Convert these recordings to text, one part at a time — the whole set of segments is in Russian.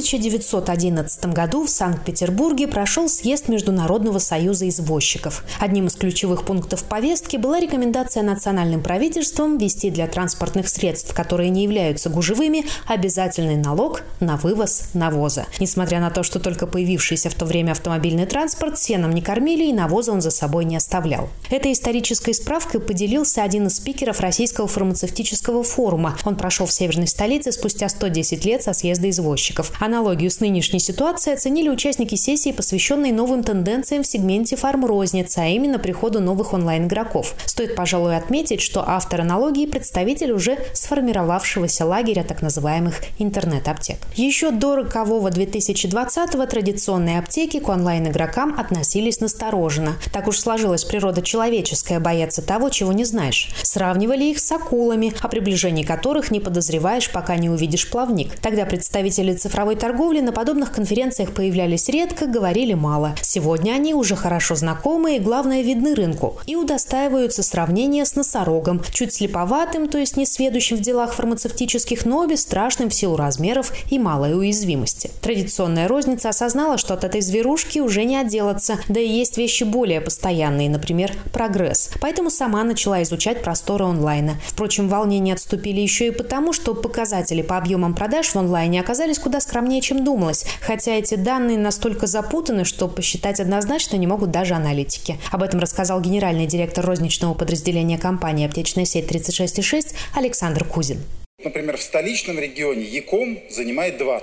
1911 году в Санкт-Петербурге прошел съезд Международного союза извозчиков. Одним из ключевых пунктов повестки была рекомендация национальным правительствам ввести для транспортных средств, которые не являются гужевыми, обязательный налог на вывоз навоза. Несмотря на то, что только появившийся в то время автомобильный транспорт сеном не кормили и навоза он за собой не оставлял. Этой исторической справкой поделился один из спикеров Российского фармацевтического форума. Он прошел в северной столице спустя 110 лет со съезда извозчиков. Аналогию с нынешней ситуацией оценили участники сессии, посвященной новым тенденциям в сегменте фармрозницы, а именно приходу новых онлайн-игроков. Стоит, пожалуй, отметить, что автор аналогии – представитель уже сформировавшегося лагеря так называемых интернет-аптек. Еще до рокового 2020-го традиционные аптеки к онлайн-игрокам относились настороженно. Так уж сложилась природа человеческая – бояться того, чего не знаешь. Сравнивали их с акулами, о приближении которых не подозреваешь, пока не увидишь плавник. Тогда представители цифровой торговли на подобных конференциях появлялись редко, говорили мало. Сегодня они уже хорошо знакомы и, главное, видны рынку. И удостаиваются сравнения с носорогом, чуть слеповатым, то есть несведущим в делах фармацевтических, но бесстрашным в силу размеров и малой уязвимости. Традиционная розница осознала, что от этой зверушки уже не отделаться, да и есть вещи более постоянные, например, прогресс. Поэтому сама начала изучать просторы онлайна. Впрочем, волнения отступили еще и потому, что показатели по объемам продаж в онлайне оказались куда скромнее, чем думалось, хотя эти данные настолько запутаны, что посчитать однозначно не могут даже аналитики. Об этом рассказал генеральный директор розничного подразделения компании «Аптечная сеть 36,6» Александр Кузин. Например, в столичном регионе e-com занимает 20%,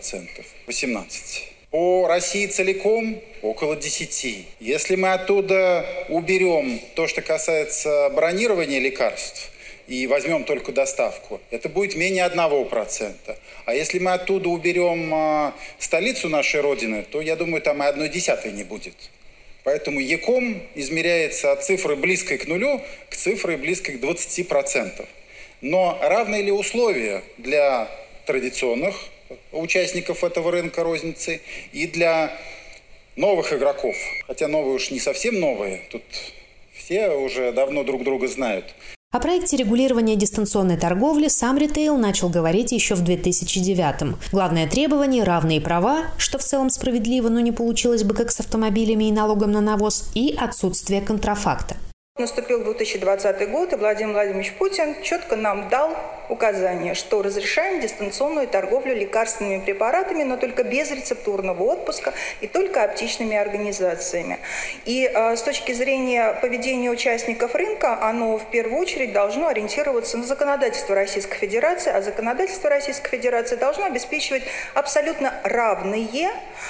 18%. По России целиком около 10%. Если мы оттуда уберем то, что касается бронирования лекарств, и возьмем только доставку, это будет менее 1%. А если мы оттуда уберем столицу нашей Родины, то, я думаю, там и 1/10 не будет. Поэтому e-com измеряется от цифры близкой к нулю к цифре близкой к 20%. Но равны ли условия для традиционных участников этого рынка розницы и для новых игроков? Хотя новые уж не совсем новые, тут все уже давно друг друга знают. О проекте регулирования дистанционной торговли сам ритейл начал говорить еще в 2009-м. Главное требование – равные права, что в целом справедливо, но не получилось бы как с автомобилями и налогом на навоз, и отсутствие контрафакта. Наступил 2020 год, и Владимир Владимирович Путин четко нам дал указание, что разрешаем дистанционную торговлю лекарственными препаратами, но только без рецептурного отпуска и только аптечными организациями. И с точки зрения поведения участников рынка, оно в первую очередь должно ориентироваться на законодательство Российской Федерации, а законодательство Российской Федерации должно обеспечивать абсолютно равные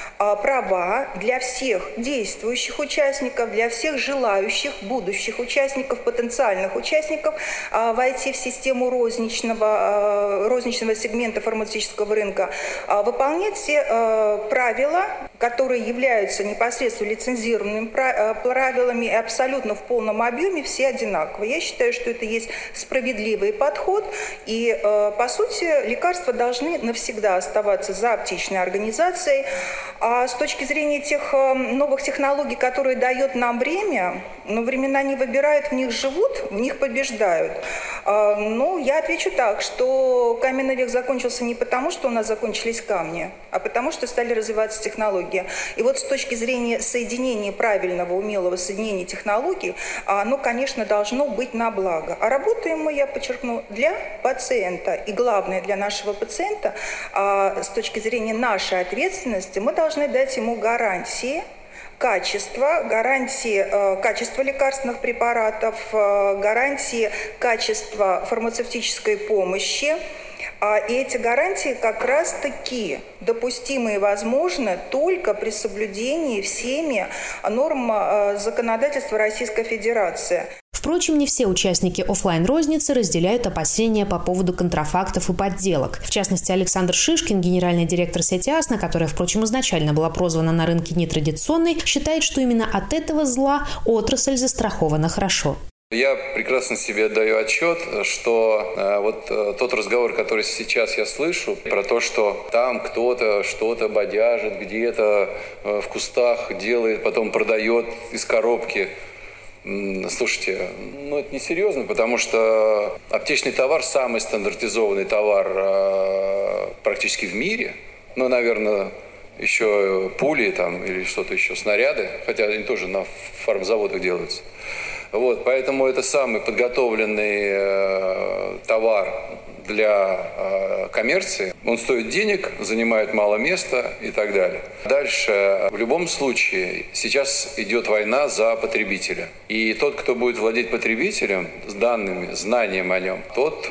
права для всех действующих участников, для всех желающих будущих участников, потенциальных участников войти в систему розничного сегмента фармацевтического рынка, выполнять все правила, которые являются непосредственно лицензированными правилами и абсолютно в полном объеме, все одинаковые. Я считаю, что это есть справедливый подход, и, по сути, лекарства должны навсегда оставаться за аптечной организацией. А с точки зрения тех новых технологий, которые дает нам время, но времена не выбирают, в них живут, в них побеждают. Я отвечу так, что каменный век закончился не потому, что у нас закончились камни, а потому, что стали развиваться технологии. И вот с точки зрения соединения, правильного, умелого соединения технологий, оно, конечно, должно быть на благо. А работаем мы, я подчеркну, для пациента. И главное для нашего пациента, с точки зрения нашей ответственности, мы должны дать ему гарантии качества лекарственных препаратов, гарантии качества фармацевтической помощи. И эти гарантии как раз-таки допустимы и возможны только при соблюдении всеми норм законодательства Российской Федерации. Впрочем, не все участники офлайн-розницы разделяют опасения по поводу контрафактов и подделок. В частности, Александр Шишкин, генеральный директор сети «Асна», которая, впрочем, изначально была прозвана на рынке нетрадиционной, считает, что именно от этого зла отрасль застрахована хорошо. Я прекрасно себе отдаю отчет, что тот разговор, который сейчас я слышу, про то, что там кто-то что-то бодяжит, где-то в кустах делает, потом продает из коробки. Слушайте, это несерьезно, потому что аптечный товар – самый стандартизованный товар практически в мире. наверное, еще пули там или что-то еще, снаряды, хотя они тоже на фармзаводах делаются. Вот, поэтому это самый подготовленный товар для коммерции. Он стоит денег, занимает мало места и так далее. Дальше, в любом случае, сейчас идет война за потребителя. И тот, кто будет владеть потребителем, с данными, знанием о нем, тот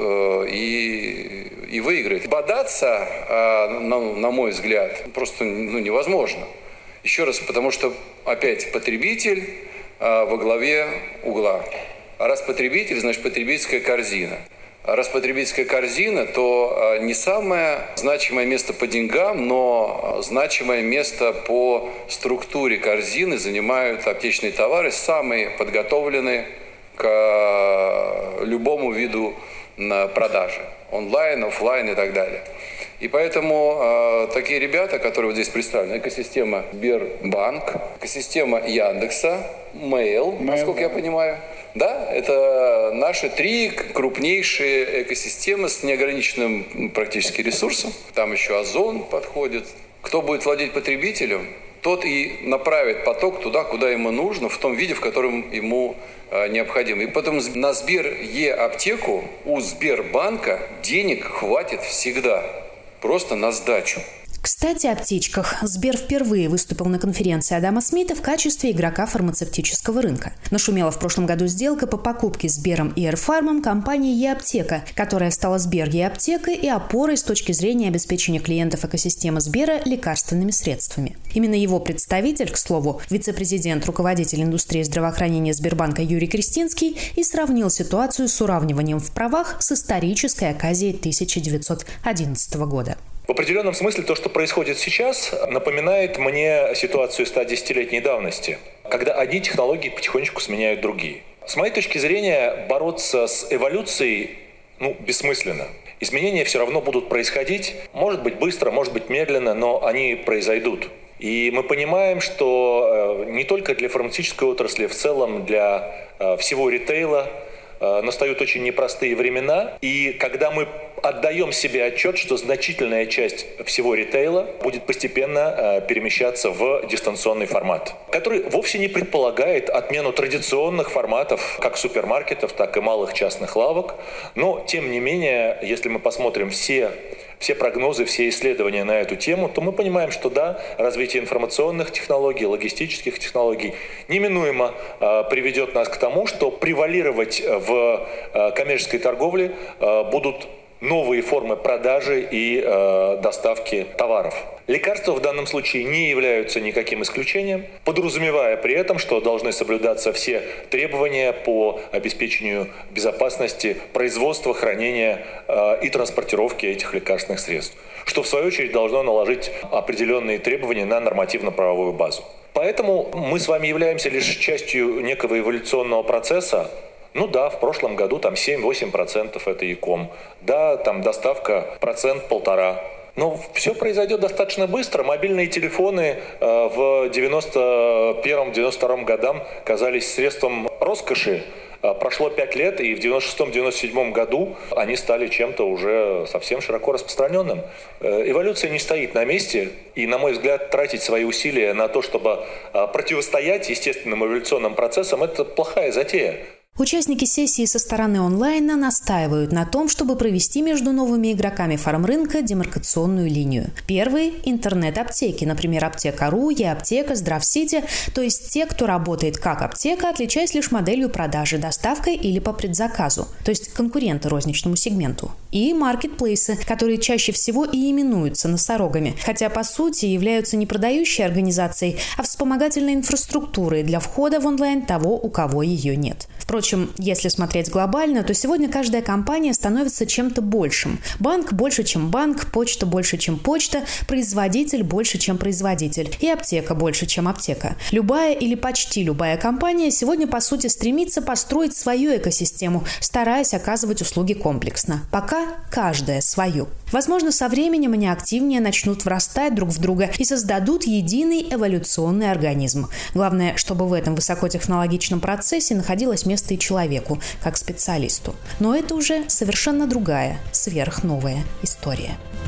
и выиграет. Бодаться, на мой взгляд, просто невозможно. Еще раз, потому что, опять, потребитель во главе угла. А раз потребитель, значит, потребительская корзина. А раз потребительская корзина, то не самое значимое место по деньгам, но значимое место по структуре корзины занимают аптечные товары, самые подготовленные к любому виду продажи. Онлайн, офлайн и так далее. И поэтому такие ребята, которые вот здесь представлены, экосистема Сбербанк, экосистема Яндекса, Mail, насколько я понимаю, да, это наши 3 крупнейшие экосистемы с неограниченным практически ресурсом. Там еще Озон подходит. Кто будет владеть потребителем, тот и направит поток туда, куда ему нужно, в том виде, в котором ему необходимо. И потом на Сбер-Е-аптеку у Сбербанка денег хватит всегда. Просто на сдачу. Кстати, о птичках. Сбер впервые выступил на конференции Адама Смита в качестве игрока фармацевтического рынка. Нашумела в прошлом году сделка по покупке Сбером и Эрфармом компании Е-аптека, которая стала Сбер Е-аптекой и опорой с точки зрения обеспечения клиентов экосистемы Сбера лекарственными средствами. Именно его представитель, к слову, вице-президент, руководитель индустрии здравоохранения Сбербанка Юрий Крестинский, и сравнил ситуацию с уравниванием в правах с исторической оказией 1911 года. В определенном смысле то, что происходит сейчас, напоминает мне ситуацию 110-летней давности, когда одни технологии потихонечку сменяют другие. С моей точки зрения, бороться с эволюцией бессмысленно. Изменения все равно будут происходить, может быть быстро, может быть медленно, но они произойдут. И мы понимаем, что не только для фармацевтической отрасли, в целом для всего ритейла настают очень непростые времена. И когда мы отдаем себе отчет, что значительная часть всего ритейла будет постепенно перемещаться в дистанционный формат, который вовсе не предполагает отмену традиционных форматов, как супермаркетов, так и малых частных лавок. Но, тем не менее, если мы посмотрим все прогнозы, все исследования на эту тему, то мы понимаем, что да, развитие информационных технологий, логистических технологий неминуемо приведет нас к тому, что превалировать в коммерческой торговле будут новые формы продажи и доставки товаров. Лекарства в данном случае не являются никаким исключением, подразумевая при этом, что должны соблюдаться все требования по обеспечению безопасности производства, хранения и транспортировки этих лекарственных средств, что в свою очередь должно наложить определенные требования на нормативно-правовую базу. Поэтому мы с вами являемся лишь частью некого эволюционного процесса. В прошлом году 7-8% это e-com. Да, доставка 1-1,5%. Но все произойдет достаточно быстро. Мобильные телефоны в 91-92 годам казались средством роскоши. Прошло 5 лет, и в 96-97 году они стали чем-то уже совсем широко распространенным. Эволюция не стоит на месте, и, на мой взгляд, тратить свои усилия на то, чтобы противостоять естественным эволюционным процессам, это плохая затея. Участники сессии со стороны онлайна настаивают на том, чтобы провести между новыми игроками фармрынка демаркационную линию. Первый – интернет-аптеки, например, Аптека.ру, Е-аптека, Здравсити, то есть те, кто работает как аптека, отличаясь лишь моделью продажи, доставкой или по предзаказу, то есть конкуренты розничному сегменту. И маркетплейсы, которые чаще всего и именуются носорогами, хотя по сути являются не продающей организацией, а вспомогательной инфраструктурой для входа в онлайн того, у кого ее нет. Впрочем, если смотреть глобально, то сегодня каждая компания становится чем-то большим. Банк больше, чем банк, почта больше, чем почта, производитель больше, чем производитель, и аптека больше, чем аптека. Любая или почти любая компания сегодня, по сути, стремится построить свою экосистему, стараясь оказывать услуги комплексно. Пока каждая свою. Возможно, со временем они активнее начнут врастать друг в друга и создадут единый эволюционный организм. Главное, чтобы в этом высокотехнологичном процессе находилось место и человеку, как специалисту. Но это уже совершенно другая, сверхновая история.